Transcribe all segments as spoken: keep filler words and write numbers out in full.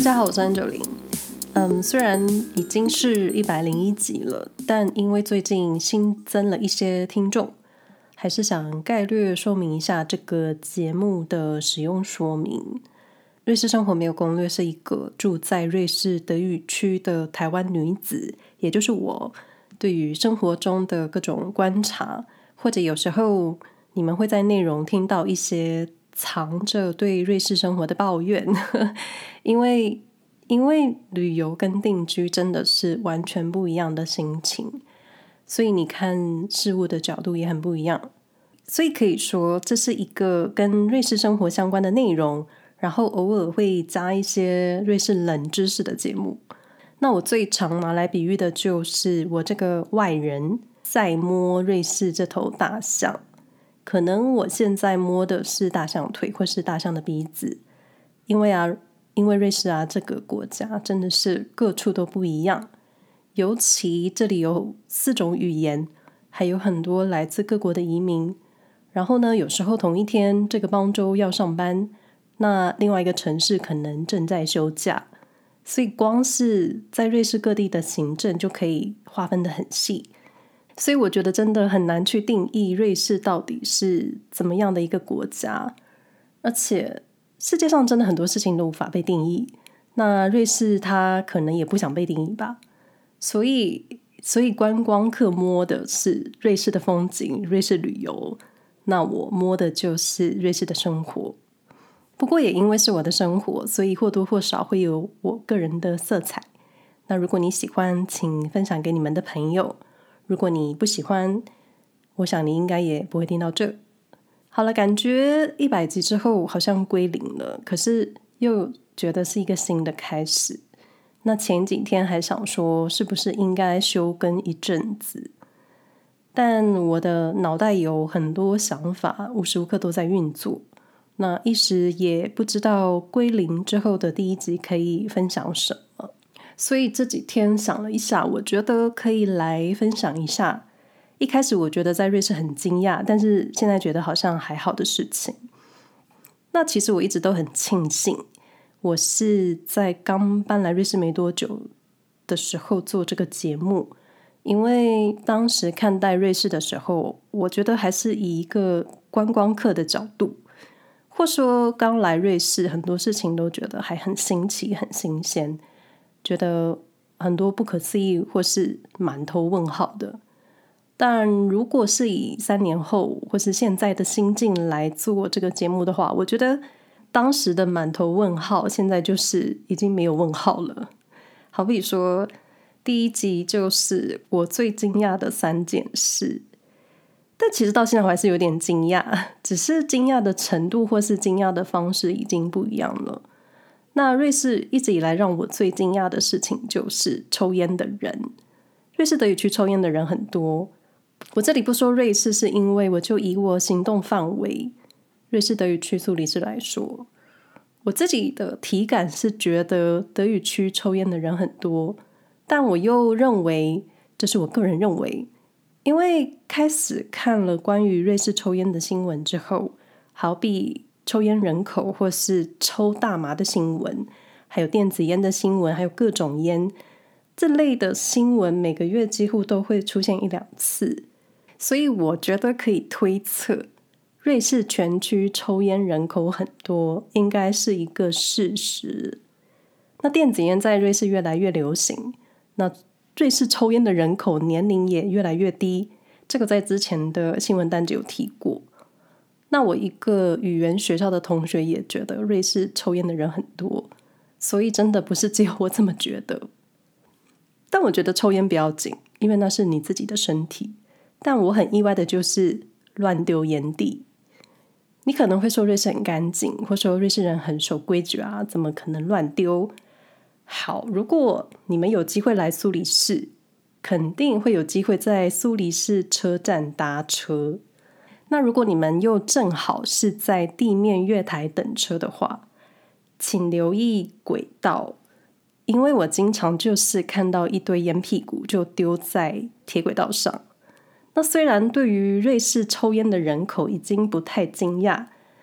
家好，我是安九零。嗯，虽然已经是一百零一集了，但因为最近新增了一些听众，还是想概略说明一下这个节目的使用说明。瑞士生活没有攻略是一个住在瑞士德语区的台湾女子，也就是我对于生活中的各种观察，或者有时候你们会在内容听到一些藏着对瑞士生活的抱怨因为因为旅游跟定居真的是完全不一样的心情，所以你看事物的角度也很不一样，所以可以说这是一个跟瑞士生活相关的内容，然后偶尔会加一些瑞士冷知识的节目。那我最常拿来比喻的就是我这个外人在摸瑞士这头大象，可能我现在摸的是大象腿或是大象的鼻子，因为啊，因为瑞士啊这个国家真的是各处都不一样，尤其这里有四种语言，还有很多来自各国的移民。然后呢，有时候同一天这个邦州要上班，那另外一个城市可能正在休假，所以光是在瑞士各地的行政就可以划分得很细。所以我觉得真的很难去定义瑞士到底是怎么样的一个国家，而且世界上真的很多事情都无法被定义，那瑞士它可能也不想被定义吧。所以所以观光客摸的是瑞士的风景，瑞士旅游，那我摸的就是瑞士的生活。不过也因为是我的生活，所以或多或少会有我个人的色彩。那如果你喜欢，请分享给你们的朋友，如果你不喜欢，我想你应该也不会听到这。好了，感觉一百集之后好像归零了，可是又觉得是一个新的开始。那前几天还想说是不是应该休更一阵子，但我的脑袋有很多想法，无时无刻都在运作，那一时也不知道归零之后的第一集可以分享什么，所以这几天想了一下，我觉得可以来分享一下一开始我觉得在瑞士很惊讶，但是现在觉得好像还好的事情。那其实我一直都很庆幸我是在刚搬来瑞士没多久的时候做这个节目，因为当时看待瑞士的时候，我觉得还是以一个观光客的角度，或说刚来瑞士很多事情都觉得还很新奇很新鲜，觉得很多不可思议或是满头问号的。但如果是以三年后或是现在的心境来做这个节目的话，我觉得当时的满头问号现在就是已经没有问号了。好比说第一集就是我最惊讶的三件事，但其实到现在我还是有点惊讶，只是惊讶的程度或是惊讶的方式已经不一样了。那瑞士一直以来让我最惊讶的事情就是抽烟的人，瑞士德语区抽烟的人很多。我这里不说瑞士，是因为我就以我行动范围瑞士德语区苏黎世来说，我自己的体感是觉得德语区抽烟的人很多，但我又认为这是我个人认为，因为开始看了关于瑞士抽烟的新闻之后，好比抽烟人口或是抽大麻的新闻，还有电子烟的新闻，还有各种烟这类的新闻每个月几乎都会出现一两次，所以我觉得可以推测瑞士全区抽烟人口很多应该是一个事实。那电子烟在瑞士越来越流行，那瑞士抽烟的人口年龄也越来越低，这个在之前的新闻单就有提过。那我一个语言学校的同学也觉得瑞士抽烟的人很多，所以真的不是只有我这么觉得。但我觉得抽烟不要紧，因为那是你自己的身体。但我很意外的就是乱丢烟蒂。你可能会说瑞士很干净，或说瑞士人很守规矩啊，怎么可能乱丢？好，如果你们有机会来苏黎世，肯定会有机会在苏黎世车站搭车。那如果你们又正好是在地面月台等车的话，请留意轨道，因为我经常就是看到一堆烟屁股就丢在铁轨道上。那虽然对于瑞士抽烟的人口已经不太惊讶，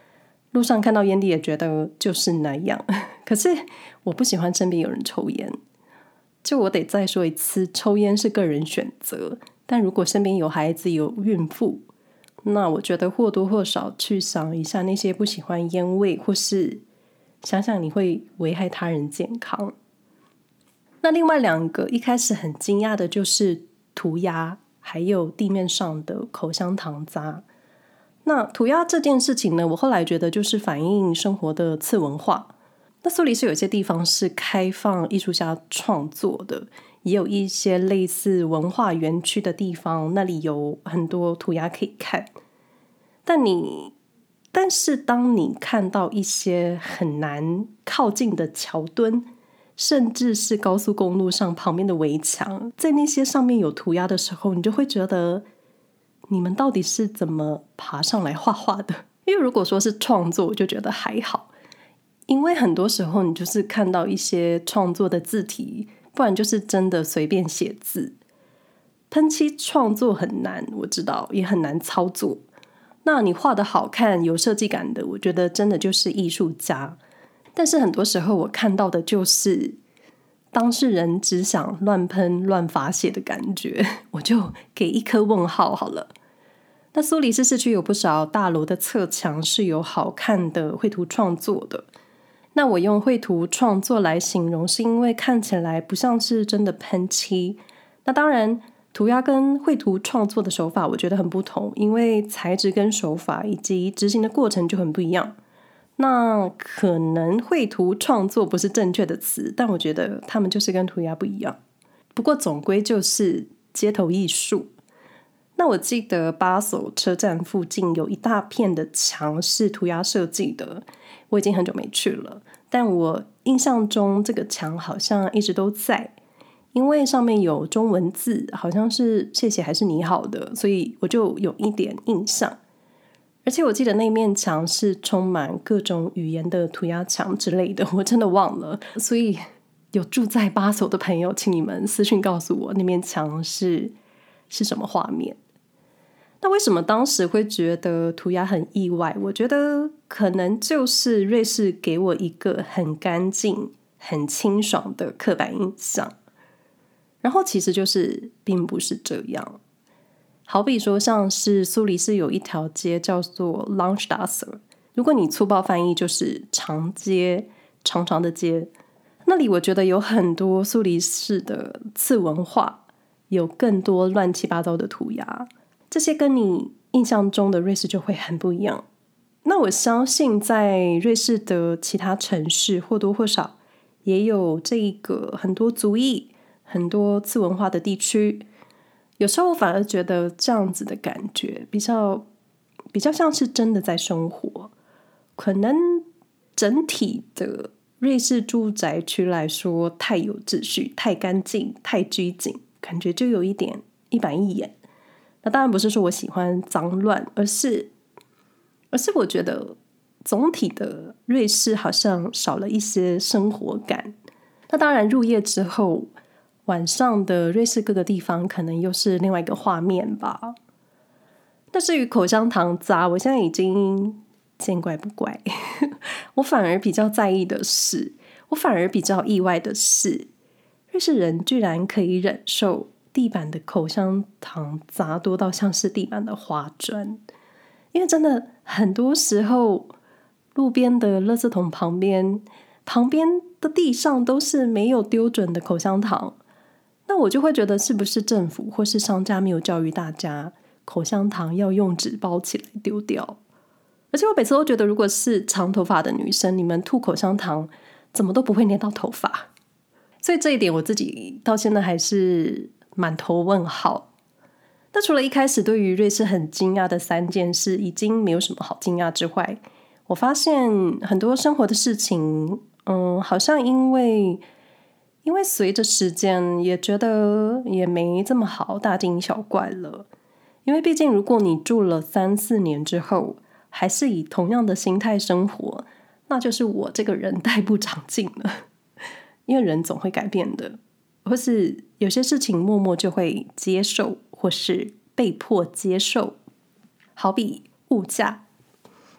路上看到烟蒂也觉得就是那样。可是我不喜欢身边有人抽烟，就我得再说一次，抽烟是个人选择，但如果身边有孩子有孕妇，那我觉得或多或少去想一下那些不喜欢烟味，或是想想你会危害他人健康。那另外两个一开始很惊讶的就是涂鸦还有地面上的口香糖渣。那涂鸦这件事情呢，我后来觉得就是反映生活的次文化。那苏黎世有些地方是开放艺术家创作的，也有一些类似文化园区的地方，那里有很多涂鸦可以看。但你但是当你看到一些很难靠近的桥墩，甚至是高速公路上旁边的围墙，在那些上面有涂鸦的时候，你就会觉得你们到底是怎么爬上来画画的？因为如果说是创作，我就觉得还好，因为很多时候你就是看到一些创作的字体，不然就是真的随便写字。喷漆创作很难，我知道，也很难操作。那你画的好看有设计感的，我觉得真的就是艺术家。但是很多时候我看到的就是当事人只想乱喷乱发泄的感觉，我就给一颗问号好了。那苏黎世市区有不少大楼的侧墙是有好看的绘图创作的，那我用绘图创作来形容，是因为看起来不像是真的喷漆。那当然涂鸦跟绘图创作的手法我觉得很不同，因为材质跟手法以及执行的过程就很不一样。那可能绘图创作不是正确的词，但我觉得他们就是跟涂鸦不一样。不过总归就是街头艺术。那我记得巴塞车站附近有一大片的墙是涂鸦设计的，我已经很久没去了，但我印象中这个墙好像一直都在，因为上面有中文字，好像是谢谢还是你好的，所以我就有一点印象。而且我记得那面墙是充满各种语言的涂鸦墙之类的，我真的忘了。所以有住在巴塞的朋友，请你们私讯告诉我那面墙是是什么画面。那为什么当时会觉得涂鸦很意外？我觉得可能就是瑞士给我一个很干净很清爽的刻板印象，然后其实就是并不是这样。好比说像是苏黎世有一条街叫做 Landstraße， 如果你粗暴翻译就是长街，长长的街。那里我觉得有很多苏黎世的次文化，有更多乱七八糟的涂鸦，这些跟你印象中的瑞士就会很不一样。那我相信在瑞士的其他城市或多或少也有这一个很多族裔很多次文化的地区。有时候我反而觉得这样子的感觉比较比较像是真的在生活。可能整体的瑞士住宅区来说太有秩序太干净太拘谨，感觉就有一点一板一眼。那当然不是说我喜欢脏乱，而是而是我觉得总体的瑞士好像少了一些生活感。那当然入夜之后晚上的瑞士各个地方可能又是另外一个画面吧。那至于口香糖渣，我现在已经见怪不怪我反而比较在意的是我反而比较意外的是瑞士人居然可以忍受地板的口香糖渣多到像是地板的花砖。因为真的很多时候路边的垃圾桶旁边旁边的地上都是没有丢准的口香糖，那我就会觉得是不是政府或是商家没有教育大家口香糖要用纸包起来丢掉。而且我每次都觉得如果是长头发的女生，你们吐口香糖怎么都不会粘到头发，所以这一点我自己到现在还是满头问号。那除了一开始对于瑞士很惊讶的三件事已经没有什么好惊讶之外，我发现很多生活的事情嗯，好像因为因为随着时间也觉得也没这么好大惊小怪了。因为毕竟如果你住了三四年之后还是以同样的心态生活，那就是我这个人太不长进了。因为人总会改变的，或是有些事情默默就会接受或是被迫接受。好比物价，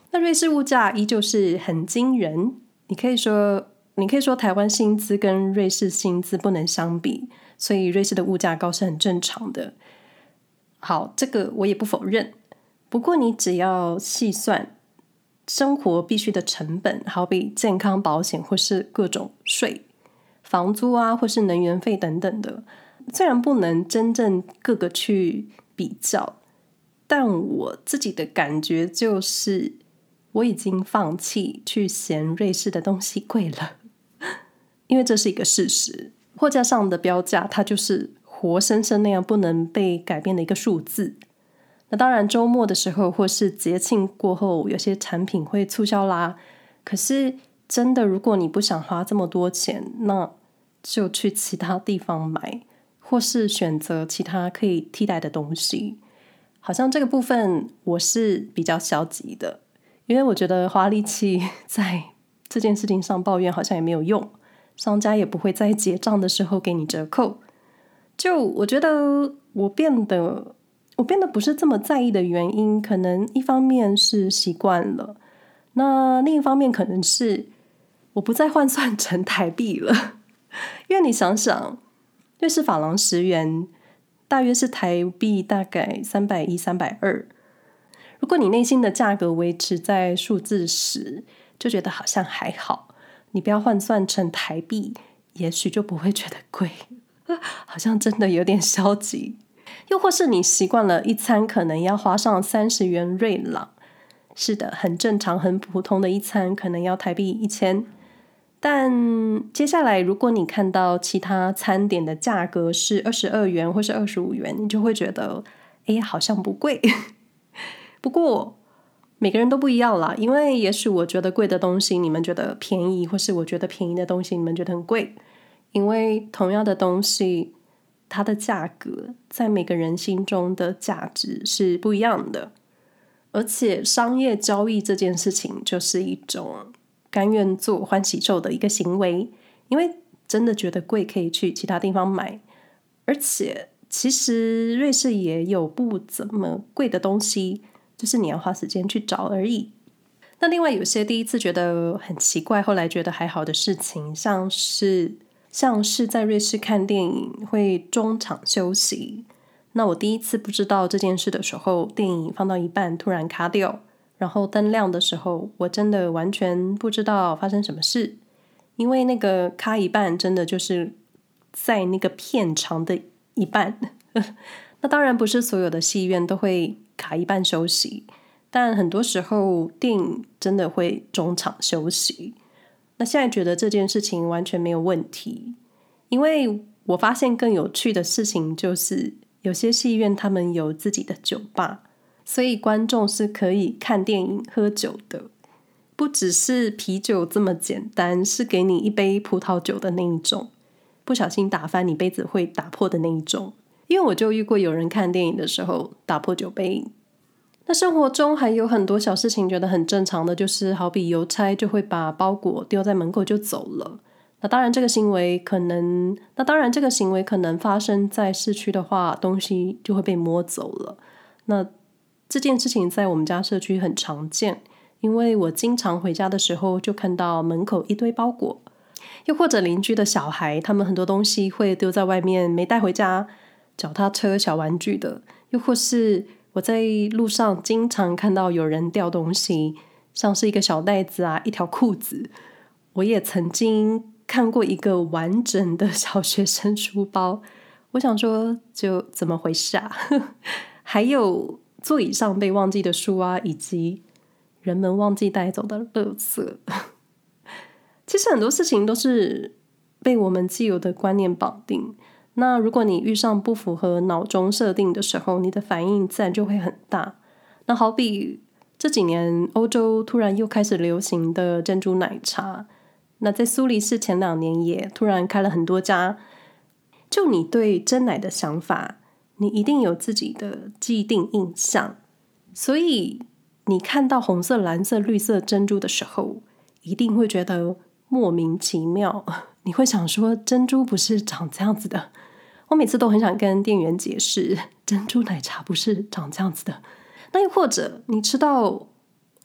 那瑞士物价依旧是很惊人，你可以说你可以说台湾薪资跟瑞士薪资不能相比，所以瑞士的物价高是很正常的。好，这个我也不否认，不过你只要细算生活必须的成本，好比健康保险或是各种税、房租啊，或是能源费等等的，虽然不能真正各个去比较，但我自己的感觉就是我已经放弃去嫌瑞士的东西贵了，因为这是一个事实。货架上的标价它就是活生生那样不能被改变的一个数字。那当然周末的时候或是节庆过后，有些产品会促销啦，可是真的如果你不想花这么多钱，那就去其他地方买，或是选择其他可以替代的东西。好像这个部分我是比较消极的，因为我觉得花力气在这件事情上抱怨好像也没有用，商家也不会在结账的时候给你折扣。就我觉得我变得我变得不是这么在意的原因，可能一方面是习惯了，那另一方面可能是我不再换算成台币了。因为你想想，瑞士法郎十元大约是台币大概三百一、三百二。如果你内心的价格维持在数字十，就觉得好像还好，你不要换算成台币，也许就不会觉得贵。好像真的有点消极。又或是你习惯了一餐可能要花上三十元瑞郎，是的，很正常很普通的一餐可能要台币一千。但接下来如果你看到其他餐点的价格是二十二元或是二十五元，你就会觉得哎，好像不贵。不过每个人都不一样啦，因为也许我觉得贵的东西你们觉得便宜，或是我觉得便宜的东西你们觉得很贵，因为同样的东西它的价格在每个人心中的价值是不一样的。而且商业交易这件事情就是一种甘愿做欢喜受的一个行为，因为真的觉得贵可以去其他地方买，而且其实瑞士也有不怎么贵的东西，就是你要花时间去找而已。那另外有些第一次觉得很奇怪，后来觉得还好的事情，像是像是在瑞士看电影会中场休息。那我第一次不知道这件事的时候，电影放到一半突然卡掉，然后灯亮的时候，我真的完全不知道发生什么事，因为那个卡一半真的就是在那个片长的一半。那当然不是所有的戏院都会卡一半休息，但很多时候电影真的会中场休息。那现在觉得这件事情完全没有问题，因为我发现更有趣的事情就是有些戏院他们有自己的酒吧，所以观众是可以看电影喝酒的，不只是啤酒这么简单，是给你一杯葡萄酒的那一种，不小心打翻你杯子会打破的那一种。因为我就遇过有人看电影的时候打破酒杯。那生活中还有很多小事情觉得很正常的，就是好比邮差就会把包裹丢在门口就走了。那当然这个行为可能那当然这个行为可能发生在市区的话，东西就会被摸走了。那这件事情在我们家社区很常见，因为我经常回家的时候就看到门口一堆包裹，又或者邻居的小孩他们很多东西会丢在外面没带回家，脚踏车小玩具的，又或是我在路上经常看到有人掉东西，像是一个小袋子啊，一条裤子。我也曾经看过一个完整的小学生书包，我想说就怎么回事啊？还有座椅上被忘记的书啊，以及人们忘记带走的垃圾。其实很多事情都是被我们既有的观念绑定，那如果你遇上不符合脑中设定的时候，你的反应自然就会很大。那好比这几年欧洲突然又开始流行的珍珠奶茶，那在苏黎世前两年也突然开了很多家。就你对珍奶的想法，你一定有自己的既定印象，所以你看到红色、蓝色、绿色珍珠的时候，一定会觉得莫名其妙。你会想说珍珠不是长这样子的。我每次都很想跟店员解释，珍珠奶茶不是长这样子的。那又或者你吃到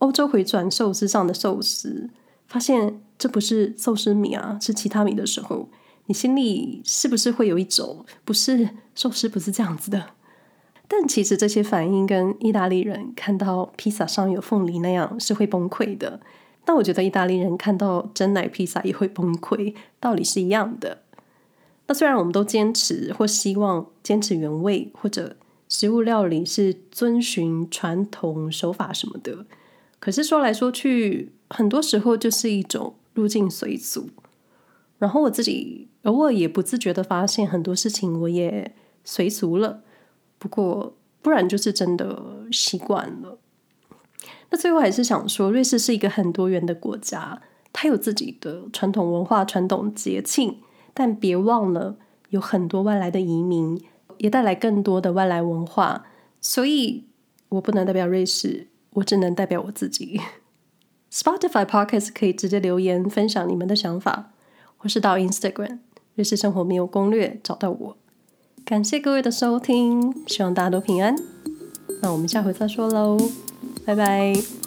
欧洲回转寿司上的寿司，发现这不是寿司米啊，是其他米的时候，你心里是不是会有一种不是，寿司不是这样子的？但其实这些反应跟意大利人看到披萨上有凤梨那样是会崩溃的，但我觉得意大利人看到真奶披萨也会崩溃，道理是一样的。那虽然我们都坚持或希望坚持原味，或者食物料理是遵循传统手法什么的，可是说来说去，很多时候就是一种入境随俗。然后我自己偶尔也不自觉的发现很多事情我也随俗了，不过不然就是真的习惯了。那最后还是想说，瑞士是一个很多元的国家，它有自己的传统文化、传统节庆，但别忘了有很多外来的移民，也带来更多的外来文化，所以我不能代表瑞士，我只能代表我自己。Spotify Podcast 可以直接留言分享你们的想法，或是到 Instagram 瑞士生活没有攻略找到我。感谢各位的收听，希望大家都平安。那我们下回再说喽，拜拜。